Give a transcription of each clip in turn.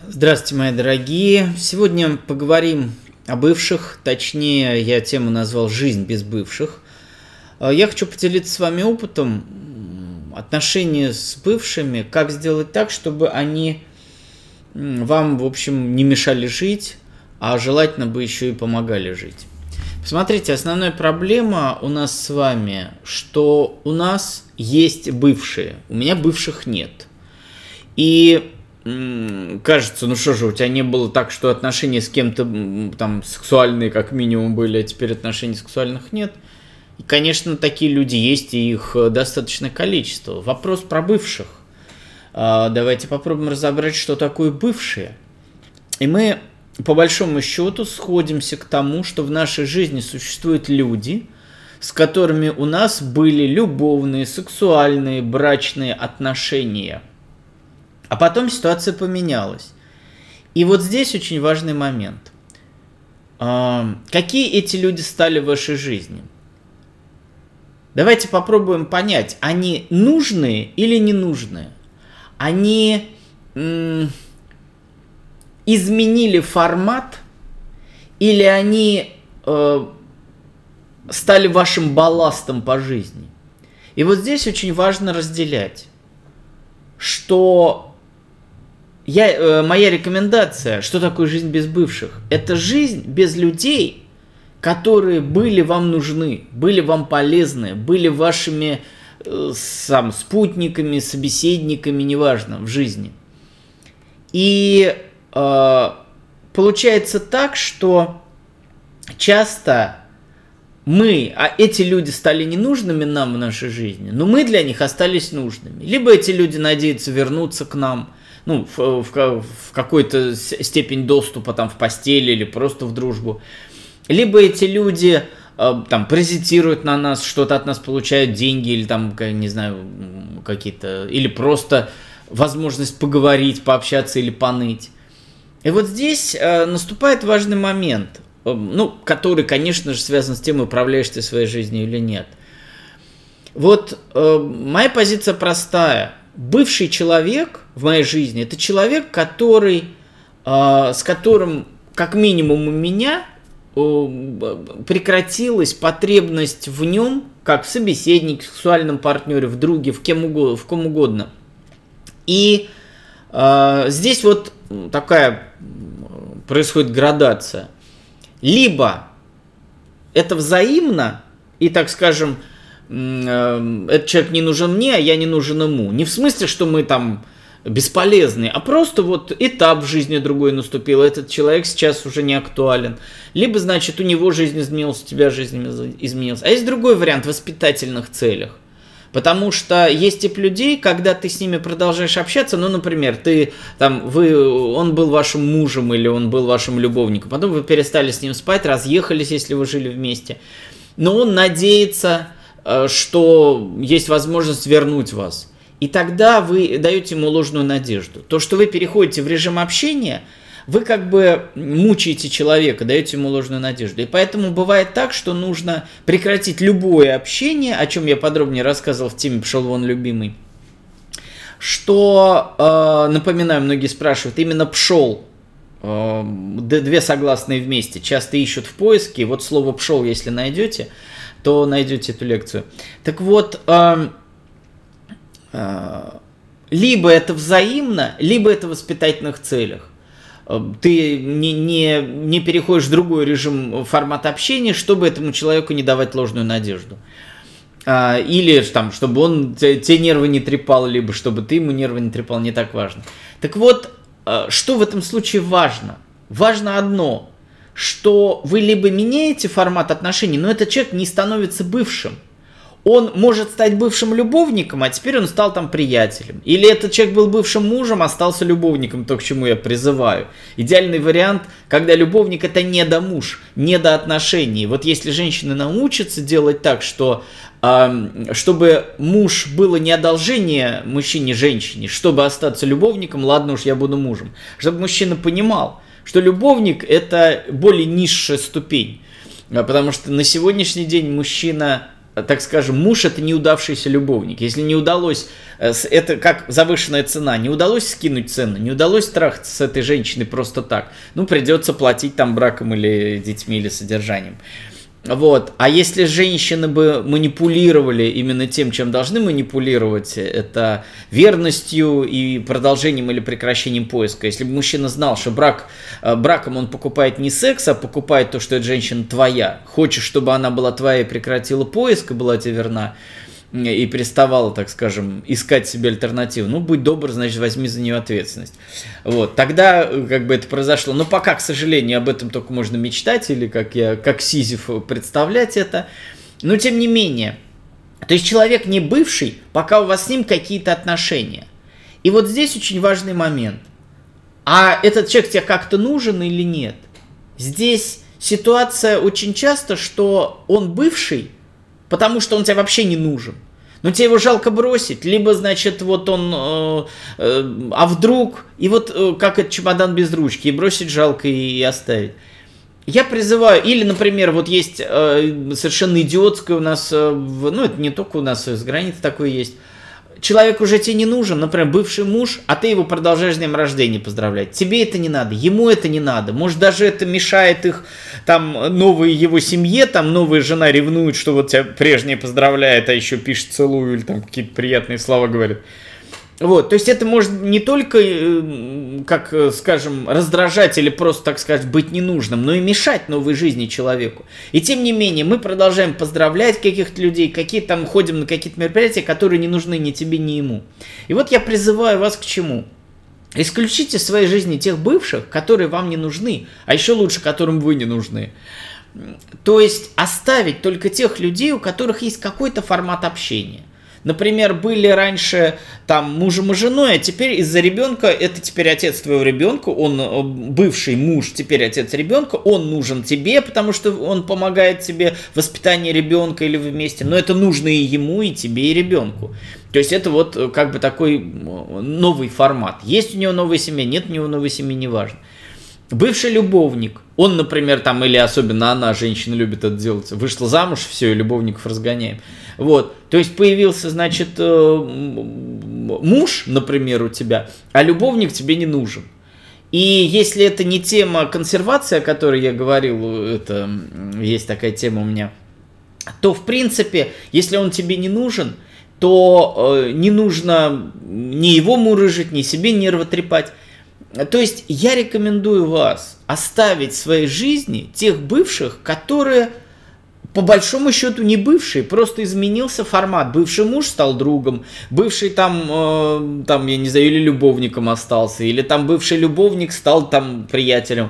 Здравствуйте, мои дорогие. Сегодня поговорим о бывших, точнее, я тему назвал «Жизнь без бывших». Я хочу поделиться с вами опытом отношений с бывшими, как сделать так, чтобы они вам, в общем, не мешали жить, а желательно бы еще и помогали жить. Посмотрите, основная проблема у нас с вами, что у нас есть бывшие, у меня бывших нет. И кажется, ну что же, у тебя не было так, что отношения с кем-то там сексуальные как минимум были, а теперь отношений сексуальных нет. И, конечно, такие люди есть, и их достаточное количество. Вопрос про бывших. Давайте попробуем разобрать, что такое бывшие. И мы, по большому счету, сходимся к тому, что в нашей жизни существуют люди, с которыми у нас были любовные, сексуальные, брачные отношения. А потом ситуация поменялась. И вот здесь очень важный момент. Какие эти люди стали в вашей жизни? Давайте попробуем понять, они нужные или не нужные? Они изменили формат или они стали вашим балластом по жизни? И вот здесь очень важно разделять, что моя рекомендация, что такое жизнь без бывших? Это жизнь без людей, которые были вам нужны, были вам полезны, были вашими спутниками, собеседниками, неважно, в жизни. И получается так, что часто эти люди стали ненужными нам в нашей жизни, но мы для них остались нужными. Либо эти люди надеются вернуться к нам, в какой-то степень доступа там, в постели или просто в дружбу. Либо эти люди там паразитируют на нас, что-то от нас получают, деньги или там, не знаю, какие-то, или просто возможность поговорить, пообщаться или поныть. И вот здесь наступает важный момент, который, конечно же, связан с тем, управляешь ты своей жизнью или нет. Вот моя позиция простая. Бывший человек в моей жизни – это человек, с которым, как минимум у меня, прекратилась потребность в нем, как в собеседнике, в сексуальном партнере, в друге, в ком угодно. И здесь вот такая происходит градация. Либо это взаимно, и, так скажем, этот человек не нужен мне, а я не нужен ему. Не в смысле, что мы там бесполезны, а просто вот этап в жизни другой наступил, этот человек сейчас уже не актуален. Либо, значит, у него жизнь изменилась, у тебя жизнь изменилась. А есть другой вариант в воспитательных целях. Потому что есть тип людей, когда ты с ними продолжаешь общаться, например, он был вашим мужем или он был вашим любовником, потом вы перестали с ним спать, разъехались, если вы жили вместе, но он надеется, что есть возможность вернуть вас. И тогда вы даете ему ложную надежду. То, что вы переходите в режим общения, вы как бы мучаете человека, даете ему ложную надежду. И поэтому бывает так, что нужно прекратить любое общение, о чем я подробнее рассказывал в теме «Пшел вон, любимый». Что, напоминаю, многие спрашивают, именно «пшел», две согласные вместе, часто ищут в поиске. Вот слово «пшел», если найдете, то найдете эту лекцию. Так вот, либо это взаимно, либо это в воспитательных целях. Ты не переходишь в другой режим, формат общения, чтобы этому человеку не давать ложную надежду. Или там, чтобы он те нервы не трепал, либо чтобы ты ему нервы не трепал, не так важно. Так вот, что в этом случае важно? Важно одно, что вы либо меняете формат отношений, но этот человек не становится бывшим. Он может стать бывшим любовником, а теперь он стал там приятелем. Или этот человек был бывшим мужем, а остался любовником, то, к чему я призываю. Идеальный вариант, когда любовник – это недомуж, недоотношения. Вот если женщины научатся делать так, что чтобы муж было не одолжение мужчине-женщине, чтобы остаться любовником, ладно уж, я буду мужем. Чтобы мужчина понимал, что любовник – это более низшая ступень. Потому что на сегодняшний день мужчина так скажем, муж это неудавшийся любовник. Если не удалось, это как завышенная цена, не удалось скинуть цену, не удалось трахаться с этой женщиной просто так, ну, придется платить там браком или детьми, или содержанием. Вот. А если женщины бы манипулировали именно тем, чем должны манипулировать, это верностью и продолжением или прекращением поиска. Если бы мужчина знал, что браком он покупает не секс, а покупает то, что эта женщина твоя. Хочешь, чтобы она была твоя и прекратила поиск, и была тебе верна, и переставала, так скажем, искать себе альтернативу, ну, будь добр, значит, возьми за нее ответственность. Вот, тогда, как бы, это произошло. Но пока, к сожалению, об этом только можно мечтать, или как Сизиф представлять это. Но, тем не менее, то есть человек не бывший, пока у вас с ним какие-то отношения. И вот здесь очень важный момент. А этот человек тебе как-то нужен или нет? Здесь ситуация очень часто, что он бывший, потому что он тебе вообще не нужен. Но тебе его жалко бросить, либо, значит, вот он, а вдруг, и вот как этот чемодан без ручки, и бросить жалко, и оставить. Я призываю, или, например, вот есть совершенно идиотское у нас, ну, это не только у нас, из границы такое есть, человек уже тебе не нужен, например, бывший муж, а ты его продолжаешь с днем рождения поздравлять. Тебе это не надо, ему это не надо. Может, даже это мешает их, там, новой его семье, там, новая жена ревнует, что вот тебя прежняя поздравляет, а еще пишет целую, или там какие-то приятные слова говорит. Вот, то есть это может не только, как, скажем, раздражать или просто, так сказать, быть ненужным, но и мешать новой жизни человеку. И тем не менее, мы продолжаем поздравлять каких-то людей, какие там ходим на какие-то мероприятия, которые не нужны ни тебе, ни ему. И вот я призываю вас к чему? Исключите из своей жизни тех бывших, которые вам не нужны, а еще лучше, которым вы не нужны. То есть оставить только тех людей, у которых есть какой-то формат общения. Например, были раньше там мужем и женой, а теперь из-за ребенка, это теперь отец твоего ребенка, он бывший муж, теперь отец ребенка, он нужен тебе, потому что он помогает тебе в воспитании ребенка или вместе, но это нужно и ему, и тебе, и ребенку. То есть это вот как бы такой новый формат. Есть у него новая семья, нет у него новой семьи, неважно. Бывший любовник, он, например, там, или особенно она, женщина любит это делать, вышла замуж, все, и любовников разгоняем. Вот, то есть появился, значит, муж, например, у тебя, а любовник тебе не нужен. И если это не тема консервации, о которой я говорил, это есть такая тема у меня, то, в принципе, если он тебе не нужен, то не нужно ни его мурыжить, ни себе нервы трепать. То есть я рекомендую вас оставить в своей жизни тех бывших, которые по большому счету не бывшие, просто изменился формат. Бывший муж стал другом, бывший там, я не знаю, или любовником остался, или там бывший любовник стал там приятелем,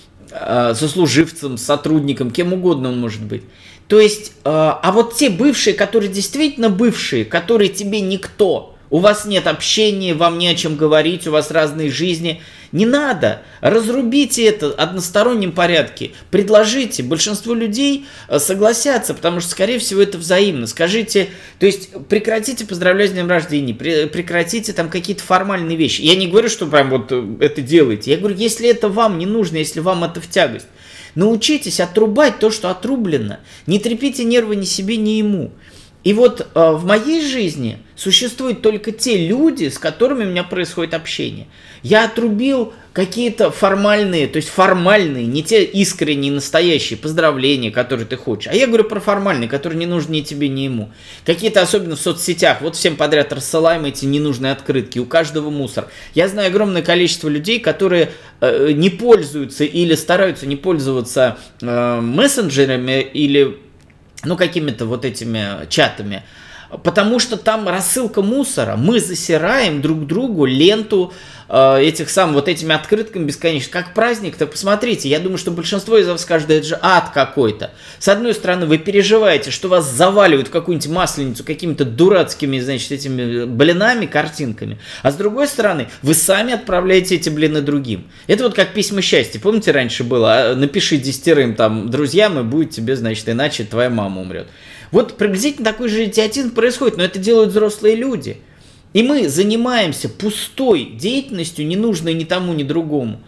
сослуживцем, сотрудником, кем угодно он может быть. То есть, а вот те бывшие, которые действительно бывшие, которые тебе никто, у вас нет общения, вам не о чем говорить, у вас разные жизни. Не надо. Разрубите это в одностороннем порядке. Предложите. Большинство людей согласятся, потому что, скорее всего, это взаимно. Скажите, то есть прекратите поздравлять с днем рождения, прекратите там какие-то формальные вещи. Я не говорю, что прям вот это делайте. Я говорю, если это вам не нужно, если вам это в тягость, научитесь отрубать то, что отрублено. Не трепите нервы ни себе, ни ему. И вот в моей жизни существуют только те люди, с которыми у меня происходит общение. Я отрубил какие-то формальные, то есть формальные, не те искренние, настоящие поздравления, которые ты хочешь. А я говорю про формальные, которые не нужны ни тебе, ни ему. Какие-то, особенно в соцсетях, вот всем подряд рассылаем эти ненужные открытки, у каждого мусор. Я знаю огромное количество людей, которые не пользуются или стараются не пользоваться мессенджерами или какими-то вот этими чатами, потому что там рассылка мусора. Мы засираем друг другу ленту этих самых, вот этими открытками бесконечно. Как праздник, так посмотрите, я думаю, что большинство из вас скажет, да это же ад какой-то. С одной стороны, вы переживаете, что вас заваливают в какую-нибудь масленицу какими-то дурацкими, значит, этими блинами, картинками. А с другой стороны, вы сами отправляете эти блины другим. Это вот как письма счастья. Помните, раньше было? Напиши 10 там друзьям, и будет тебе, значит, иначе твоя мама умрет. Вот приблизительно такой же идиотизм происходит, но это делают взрослые люди. И мы занимаемся пустой деятельностью, не нужной ни тому, ни другому.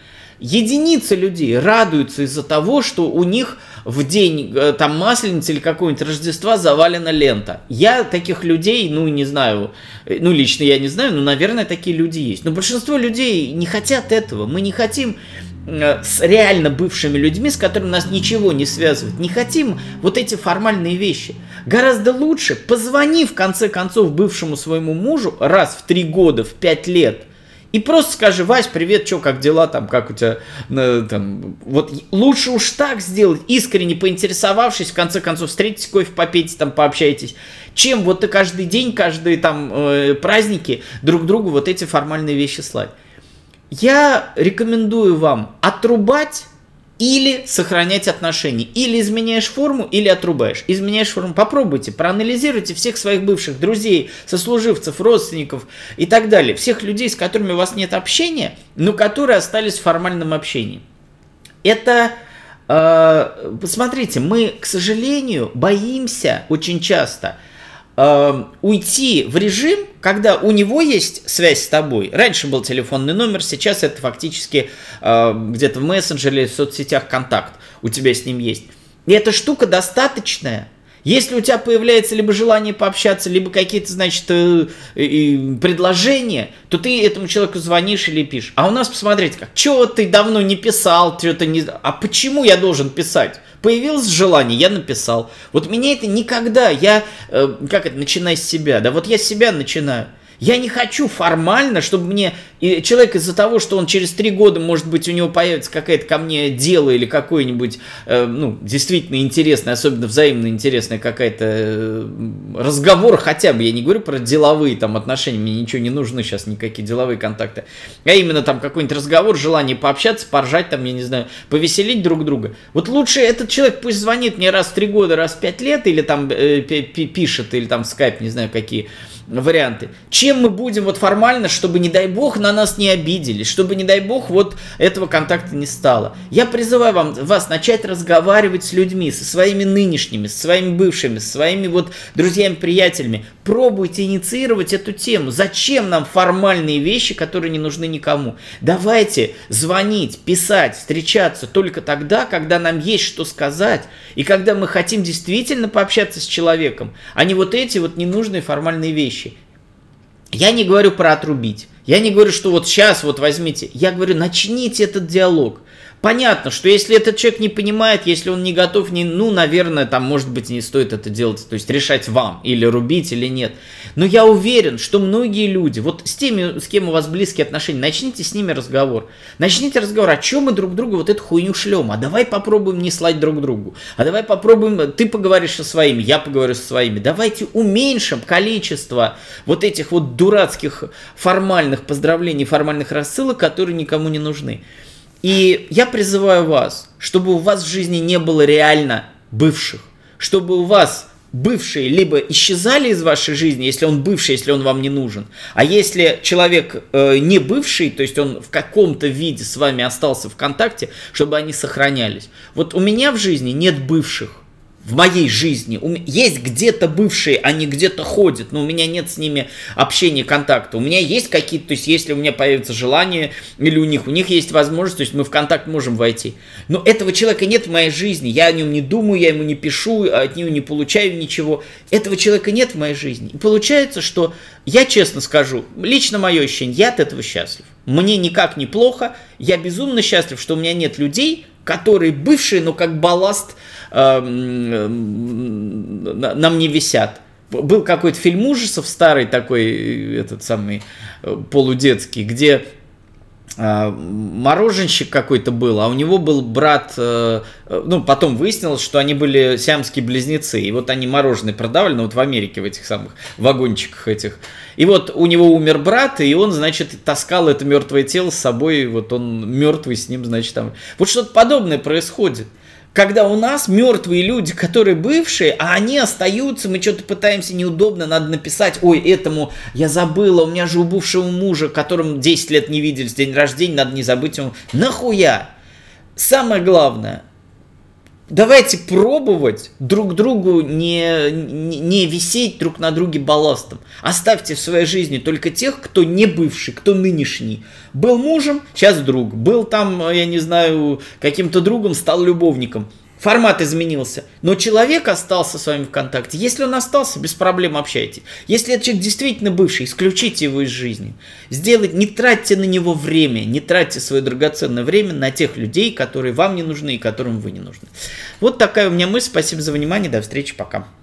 единицы людей радуются из-за того, что у них в день там Масленицы или какого-нибудь Рождества завалена лента. Я таких людей, не знаю, лично я не знаю, но, наверное, такие люди есть. Но большинство людей не хотят этого. Мы не хотим с реально бывшими людьми, с которыми нас ничего не связывает. Не хотим вот эти формальные вещи. Гораздо лучше позвони, в конце концов, бывшему своему мужу раз в 3 года, в 5 лет, и просто скажи: Вась, привет, что, как дела, там, как у тебя, там, вот лучше уж так сделать, искренне поинтересовавшись, в конце концов, встретитесь, кофе попейте, там, пообщайтесь, чем вот ты каждый день, каждые там праздники друг другу вот эти формальные вещи слать. Я рекомендую вам отрубать или сохранять отношения. Или изменяешь форму, или отрубаешь. Изменяешь форму. Попробуйте, проанализируйте всех своих бывших друзей, сослуживцев, родственников и так далее. Всех людей, с которыми у вас нет общения, но которые остались в формальном общении. Это, посмотрите, мы, к сожалению, боимся очень часто уйти в режим, когда у него есть связь с тобой. Раньше был телефонный номер, сейчас это фактически где-то в мессенджере, в соцсетях контакт у тебя с ним есть. И эта штука достаточная. Если у тебя появляется либо желание пообщаться, либо какие-то, значит, предложения, то ты этому человеку звонишь или пишешь. А у нас, посмотрите, как, чего ты давно не писал, что-то не... А почему я должен писать? Появилось желание, я написал. Вот меня это никогда, начинай с себя, да, вот я с себя начинаю. Я не хочу формально, чтобы мне человек из-за того, что он через 3 года, может быть, у него появится какое-то ко мне дело или какое-нибудь, действительно интересное, особенно взаимно интересное какой-то разговор хотя бы, я не говорю про деловые там отношения, мне ничего не нужны сейчас, никакие деловые контакты, а именно там какой-нибудь разговор, желание пообщаться, поржать там, я не знаю, повеселить друг друга. Вот лучше этот человек пусть звонит мне раз в 3 года, раз в 5 лет, или там пишет, или там в скайп, не знаю какие варианты, чем мы будем вот формально, чтобы, не дай бог, на нас не обиделись, чтобы, не дай бог, вот этого контакта не стало. Я призываю вас начать разговаривать с людьми, со своими нынешними, со своими бывшими, со своими вот друзьями, приятелями. Пробуйте инициировать эту тему. Зачем нам формальные вещи, которые не нужны никому? Давайте звонить, писать, встречаться только тогда, когда нам есть что сказать, и когда мы хотим действительно пообщаться с человеком, а не вот эти вот ненужные формальные вещи. Я не говорю про отрубить. Я не говорю, что вот сейчас вот возьмите. Я говорю, начните этот диалог. Понятно, что если этот человек не понимает, если он не готов, наверное, там, может быть, не стоит это делать, то есть решать вам, или рубить, или нет. Но я уверен, что многие люди, вот с теми, с кем у вас близкие отношения, начните с ними разговор. Начните разговор, о чем мы друг другу вот эту хуйню шлем, а давай попробуем не слать друг другу, а давай попробуем, ты поговоришь со своими, я поговорю со своими. Давайте уменьшим количество вот этих вот дурацких формальных поздравлений, формальных рассылок, которые никому не нужны. И я призываю вас, чтобы у вас в жизни не было реально бывших, чтобы у вас бывшие либо исчезали из вашей жизни, если он бывший, если он вам не нужен, а если человек не бывший, то есть он в каком-то виде с вами остался в контакте, чтобы они сохранялись. Вот у меня в жизни нет бывших. В моей жизни есть где-то бывшие, они где-то ходят, но у меня нет с ними общения, контакта. У меня есть какие-то, то есть если у меня появится желание, или у них есть возможность, то есть мы в контакт можем войти. Но этого человека нет в моей жизни, я о нем не думаю, я ему не пишу, от него не получаю ничего. Этого человека нет в моей жизни. И получается, что я честно скажу, лично мое ощущение, я от этого счастлив. Мне никак не плохо, я безумно счастлив, что у меня нет людей, которые бывшие, но как балласт на мне висят. Был какой-то фильм ужасов старый такой, этот самый полудетский, где мороженщик какой-то был, а у него был брат, потом выяснилось, что они были сиамские близнецы, и вот они мороженое продавали, вот в Америке в этих самых вагончиках этих, и вот у него умер брат, и он, значит, таскал это мертвое тело с собой, вот он мертвый с ним, значит, там, вот что-то подобное происходит. Когда у нас мертвые люди, которые бывшие, а они остаются, мы что-то пытаемся неудобно, надо написать, ой, этому я забыла, у меня же у бывшего мужа, которым 10 лет не виделись, день рождения, надо не забыть ему. Нахуя? Самое главное, Давайте пробовать друг другу не висеть друг на друге балластом. Оставьте в своей жизни только тех, кто не бывший, кто нынешний. Был мужем, сейчас друг. Был там, я не знаю, каким-то другом, стал любовником. Формат изменился, но человек остался с вами в контакте. Если он остался, без проблем общайтесь. Если этот человек действительно бывший, исключите его из жизни. Не тратьте на него время, не тратьте свое драгоценное время на тех людей, которые вам не нужны и которым вы не нужны. Вот такая у меня мысль. Спасибо за внимание, до встречи, пока.